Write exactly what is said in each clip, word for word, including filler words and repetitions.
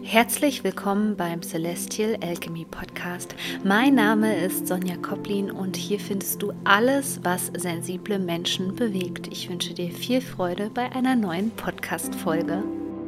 Herzlich willkommen beim Celestial Alchemy Podcast. Mein Name ist Sonja Koplin und hier findest du alles, was sensible Menschen bewegt. Ich wünsche dir viel Freude bei einer neuen Podcast-Folge.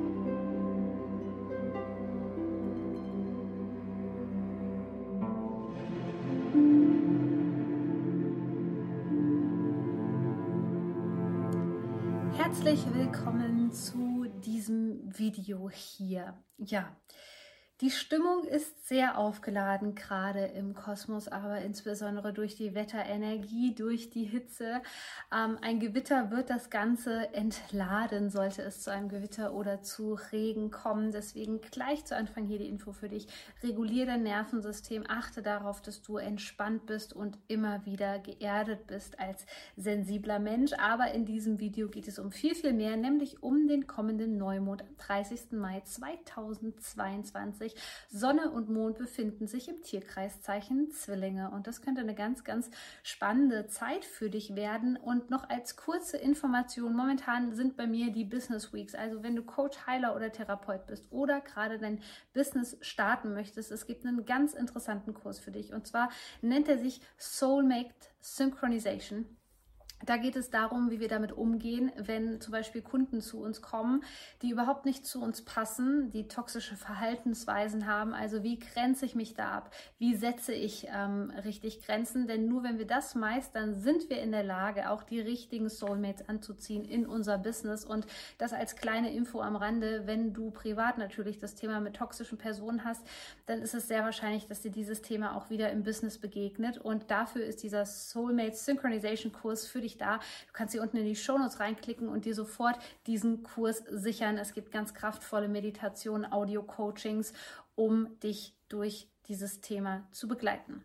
Herzlich willkommen zu diesem Video hier. Ja, die Stimmung ist sehr aufgeladen, gerade im Kosmos, aber insbesondere durch die Wetterenergie, durch die Hitze. Ähm, ein Gewitter wird das Ganze entladen, sollte es zu einem Gewitter oder zu Regen kommen. Deswegen gleich zu Anfang hier die Info für dich. Reguliere dein Nervensystem, achte darauf, dass du entspannt bist und immer wieder geerdet bist als sensibler Mensch. Aber in diesem Video geht es um viel, viel mehr, nämlich um den kommenden Neumond am dreißigsten Mai zweitausendzweiundzwanzig. Sonne und Mond befinden sich im Tierkreiszeichen Zwillinge und das könnte eine ganz, ganz spannende Zeit für dich werden. Und noch als kurze Information, momentan sind bei mir die Business Weeks, also wenn du Coach, Heiler oder Therapeut bist oder gerade dein Business starten möchtest, es gibt einen ganz interessanten Kurs für dich und zwar nennt er sich Soulmate Synchronization. Da geht es darum, wie wir damit umgehen, wenn zum Beispiel Kunden zu uns kommen, die überhaupt nicht zu uns passen, die toxische Verhaltensweisen haben. Also wie grenze ich mich da ab? Wie setze ich ähm, richtig Grenzen? Denn nur wenn wir das meistern, sind wir in der Lage, auch die richtigen Soulmates anzuziehen in unser Business. Und das als kleine Info am Rande, wenn du privat natürlich das Thema mit toxischen Personen hast, dann ist es sehr wahrscheinlich, dass dir dieses Thema auch wieder im Business begegnet. Und dafür ist dieser Soulmate Synchronization Kurs für dich da. Du kannst hier unten in die Shownotes reinklicken und dir sofort diesen Kurs sichern. Es gibt ganz kraftvolle Meditationen, Audio-Coachings, um dich durch dieses Thema zu begleiten.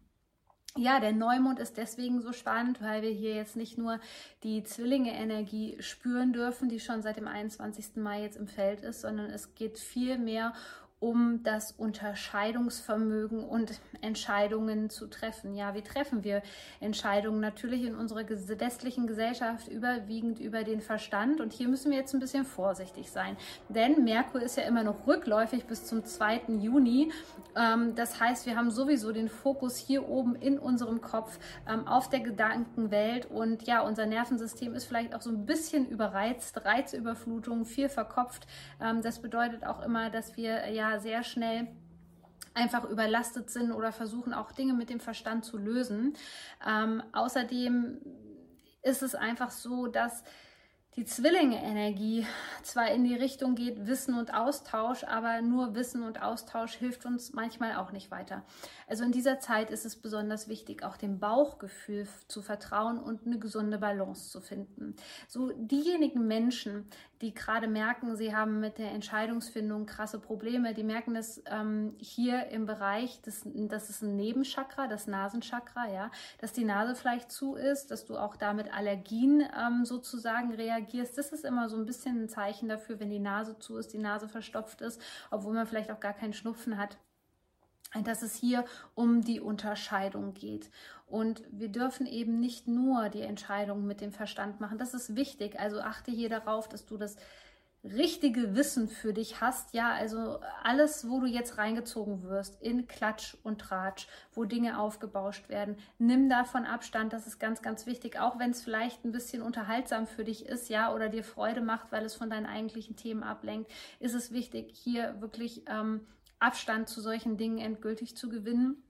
Ja, der Neumond ist deswegen so spannend, weil wir hier jetzt nicht nur die Zwillinge-Energie spüren dürfen, die schon seit dem einundzwanzigsten Mai jetzt im Feld ist, sondern es geht viel mehr um das Unterscheidungsvermögen und Entscheidungen zu treffen. Ja, wie treffen wir Entscheidungen? Natürlich in unserer westlichen Gesellschaft überwiegend über den Verstand. Und hier müssen wir jetzt ein bisschen vorsichtig sein. Denn Merkur ist ja immer noch rückläufig bis zum zweiten Juni. Das heißt, wir haben sowieso den Fokus hier oben in unserem Kopf auf der Gedankenwelt. Und ja, unser Nervensystem ist vielleicht auch so ein bisschen überreizt, Reizüberflutung, viel verkopft. Das bedeutet auch immer, dass wir ja sehr schnell einfach überlastet sind oder versuchen auch Dinge mit dem Verstand zu lösen. Ähm, außerdem ist es einfach so, dass die Zwillinge-Energie zwar in die Richtung geht, Wissen und Austausch, aber nur Wissen und Austausch hilft uns manchmal auch nicht weiter. Also in dieser Zeit ist es besonders wichtig, auch dem Bauchgefühl zu vertrauen und eine gesunde Balance zu finden. So diejenigen Menschen, die gerade merken, sie haben mit der Entscheidungsfindung krasse Probleme, die merken das ähm, hier im Bereich, des, das ist ein Nebenchakra, das Nasenchakra, ja, dass die Nase vielleicht zu ist, dass du auch damit Allergien ähm, sozusagen reagierst. Das ist immer so ein bisschen ein Zeichen dafür, wenn die Nase zu ist, die Nase verstopft ist, obwohl man vielleicht auch gar keinen Schnupfen hat, dass es hier um die Unterscheidung geht. Und wir dürfen eben nicht nur die Entscheidung mit dem Verstand machen. Das ist wichtig. Also achte hier darauf, dass du das richtige Wissen für dich hast. Ja, also alles, wo du jetzt reingezogen wirst, in Klatsch und Tratsch, wo Dinge aufgebauscht werden, nimm davon Abstand. Das ist ganz, ganz wichtig. Auch wenn es vielleicht ein bisschen unterhaltsam für dich ist, ja, oder dir Freude macht, weil es von deinen eigentlichen Themen ablenkt, ist es wichtig, hier wirklich ähm, Abstand zu solchen Dingen endgültig zu gewinnen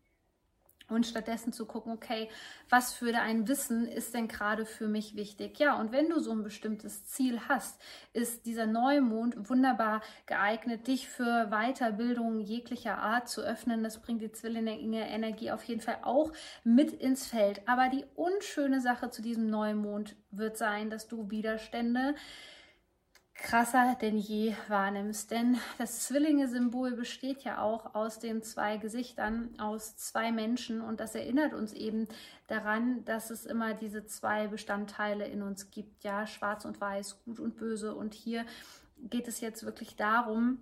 und stattdessen zu gucken, okay, was für ein Wissen ist denn gerade für mich wichtig? Ja, und wenn du so ein bestimmtes Ziel hast, ist dieser Neumond wunderbar geeignet, dich für Weiterbildung jeglicher Art zu öffnen. Das bringt die Zwillinge-Energie auf jeden Fall auch mit ins Feld. Aber die unschöne Sache zu diesem Neumond wird sein, dass du Widerstände krasser denn je wahrnimmst. Denn das Zwillinge-Symbol besteht ja auch aus den zwei Gesichtern, aus zwei Menschen und das erinnert uns eben daran, dass es immer diese zwei Bestandteile in uns gibt, ja, schwarz und weiß, gut und böse. Und hier geht es jetzt wirklich darum,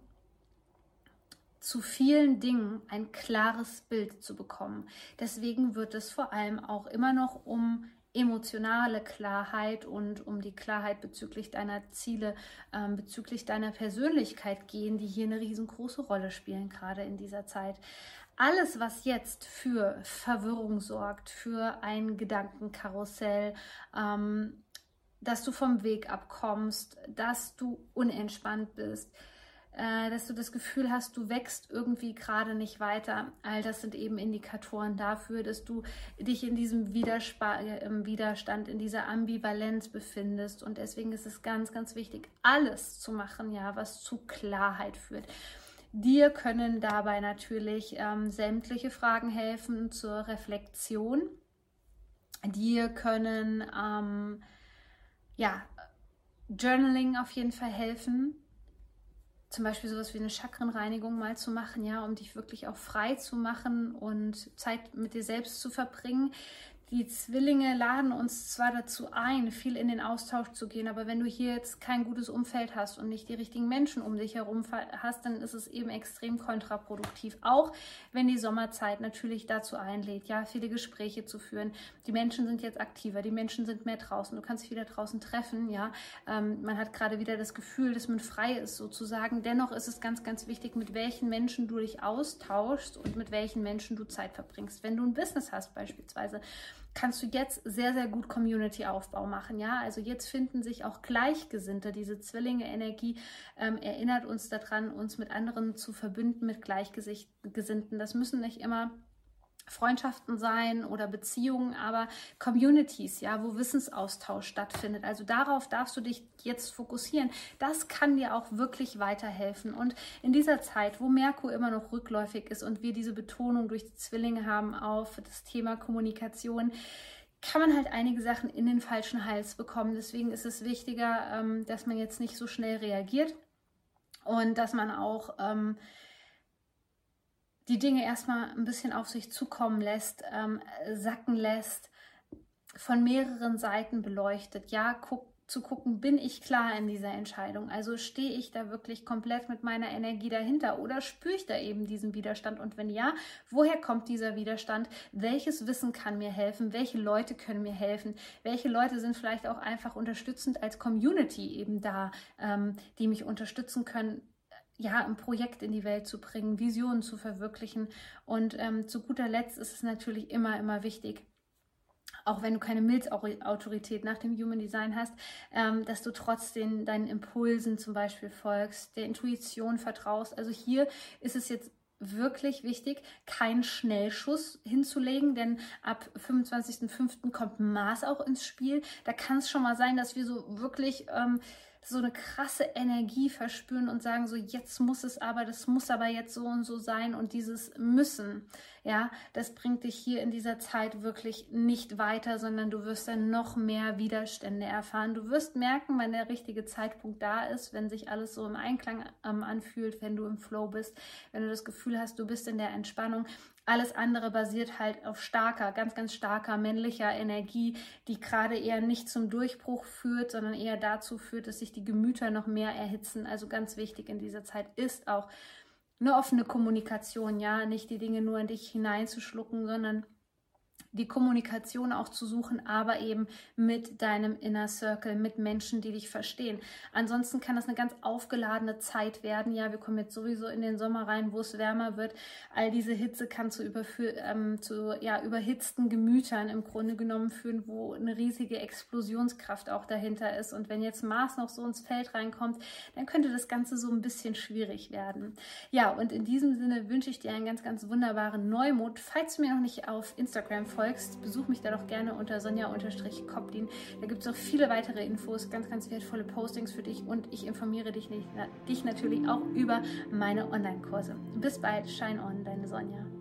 zu vielen Dingen ein klares Bild zu bekommen. Deswegen wird es vor allem auch immer noch um emotionale Klarheit und um die Klarheit bezüglich deiner Ziele, ähm, bezüglich deiner Persönlichkeit gehen, die hier eine riesengroße Rolle spielen, gerade in dieser Zeit. Alles, was jetzt für Verwirrung sorgt, für ein Gedankenkarussell, ähm, dass du vom Weg abkommst, dass du unentspannt bist, äh, dass du das Gefühl hast, du wächst irgendwie gerade nicht weiter. All das sind eben Indikatoren dafür, dass du dich in diesem Widerspa- im Widerstand, in dieser Ambivalenz befindest. Und deswegen ist es ganz, ganz wichtig, alles zu machen, ja, was zu Klarheit führt. Dir können dabei natürlich ähm, sämtliche Fragen helfen zur Reflexion. Dir können ähm, ja, Journaling auf jeden Fall helfen. Zum Beispiel sowas wie eine Chakrenreinigung mal zu machen, ja, um dich wirklich auch frei zu machen und Zeit mit dir selbst zu verbringen. Die Zwillinge laden uns zwar dazu ein, viel in den Austausch zu gehen, aber wenn du hier jetzt kein gutes Umfeld hast und nicht die richtigen Menschen um dich herum hast, dann ist es eben extrem kontraproduktiv. Auch wenn die Sommerzeit natürlich dazu einlädt, ja, viele Gespräche zu führen. Die Menschen sind jetzt aktiver, die Menschen sind mehr draußen, du kannst dich wieder draußen treffen, ja. Ähm, man hat gerade wieder das Gefühl, dass man frei ist sozusagen. Dennoch ist es ganz, ganz wichtig, mit welchen Menschen du dich austauschst und mit welchen Menschen du Zeit verbringst. Wenn du ein Business hast beispielsweise, kannst du jetzt sehr, sehr gut Community-Aufbau machen. Ja, also jetzt finden sich auch Gleichgesinnte. Diese Zwillinge-Energie ähm, erinnert uns daran, uns mit anderen zu verbünden, mit Gleichgesinnten. Das müssen nicht immer Freundschaften sein oder Beziehungen, aber Communities, ja, wo Wissensaustausch stattfindet. Also darauf darfst du dich jetzt fokussieren. Das kann dir auch wirklich weiterhelfen. Und in dieser Zeit, wo Merkur immer noch rückläufig ist und wir diese Betonung durch die Zwillinge haben auf das Thema Kommunikation, kann man halt einige Sachen in den falschen Hals bekommen. Deswegen ist es wichtiger, dass man jetzt nicht so schnell reagiert und dass man auch ähm, die Dinge erstmal ein bisschen auf sich zukommen lässt, ähm, sacken lässt, von mehreren Seiten beleuchtet. Ja, guck, zu gucken, bin ich klar in dieser Entscheidung? Also stehe ich da wirklich komplett mit meiner Energie dahinter oder spüre ich da eben diesen Widerstand? Und wenn ja, woher kommt dieser Widerstand? Welches Wissen kann mir helfen? Welche Leute können mir helfen? Welche Leute sind vielleicht auch einfach unterstützend als Community eben da, ähm, die mich unterstützen können, ja, ein Projekt in die Welt zu bringen, Visionen zu verwirklichen. Und ähm, zu guter Letzt ist es natürlich immer, immer wichtig, auch wenn du keine Milzautorität nach dem Human Design hast, ähm, dass du trotzdem deinen Impulsen zum Beispiel folgst, der Intuition vertraust. Also hier ist es jetzt wirklich wichtig, keinen Schnellschuss hinzulegen, denn ab fünfundzwanzigsten fünften kommt Mars auch ins Spiel. Da kann es schon mal sein, dass wir so wirklich ähm, so eine krasse Energie verspüren und sagen so, jetzt muss es aber, das muss aber jetzt so und so sein und dieses Müssen, ja, das bringt dich hier in dieser Zeit wirklich nicht weiter, sondern du wirst dann noch mehr Widerstände erfahren. Du wirst merken, wann der richtige Zeitpunkt da ist, wenn sich alles so im Einklang ähm, anfühlt, wenn du im Flow bist, wenn du das Gefühl hast, du bist in der Entspannung. Alles andere basiert halt auf starker, ganz, ganz starker männlicher Energie, die gerade eher nicht zum Durchbruch führt, sondern eher dazu führt, dass sich die Gemüter noch mehr erhitzen. Also ganz wichtig in dieser Zeit ist auch eine offene Kommunikation, ja, nicht die Dinge nur in dich hineinzuschlucken, sondern die Kommunikation auch zu suchen, aber eben mit deinem Inner Circle, mit Menschen, die dich verstehen. Ansonsten kann das eine ganz aufgeladene Zeit werden. Ja, wir kommen jetzt sowieso in den Sommer rein, wo es wärmer wird. All diese Hitze kann zu, überfü- ähm, zu ja, überhitzten Gemütern im Grunde genommen führen, wo eine riesige Explosionskraft auch dahinter ist. Und wenn jetzt Mars noch so ins Feld reinkommt, dann könnte das Ganze so ein bisschen schwierig werden. Ja, und in diesem Sinne wünsche ich dir einen ganz, ganz wunderbaren Neumond. Falls du mir noch nicht auf Instagram folgst, besuch mich da doch gerne unter Sonja-Koplin. Da gibt es noch viele weitere Infos, ganz, ganz wertvolle Postings für dich und ich informiere dich, nicht, dich natürlich auch über meine Online-Kurse. Bis bald, Shine On, deine Sonja.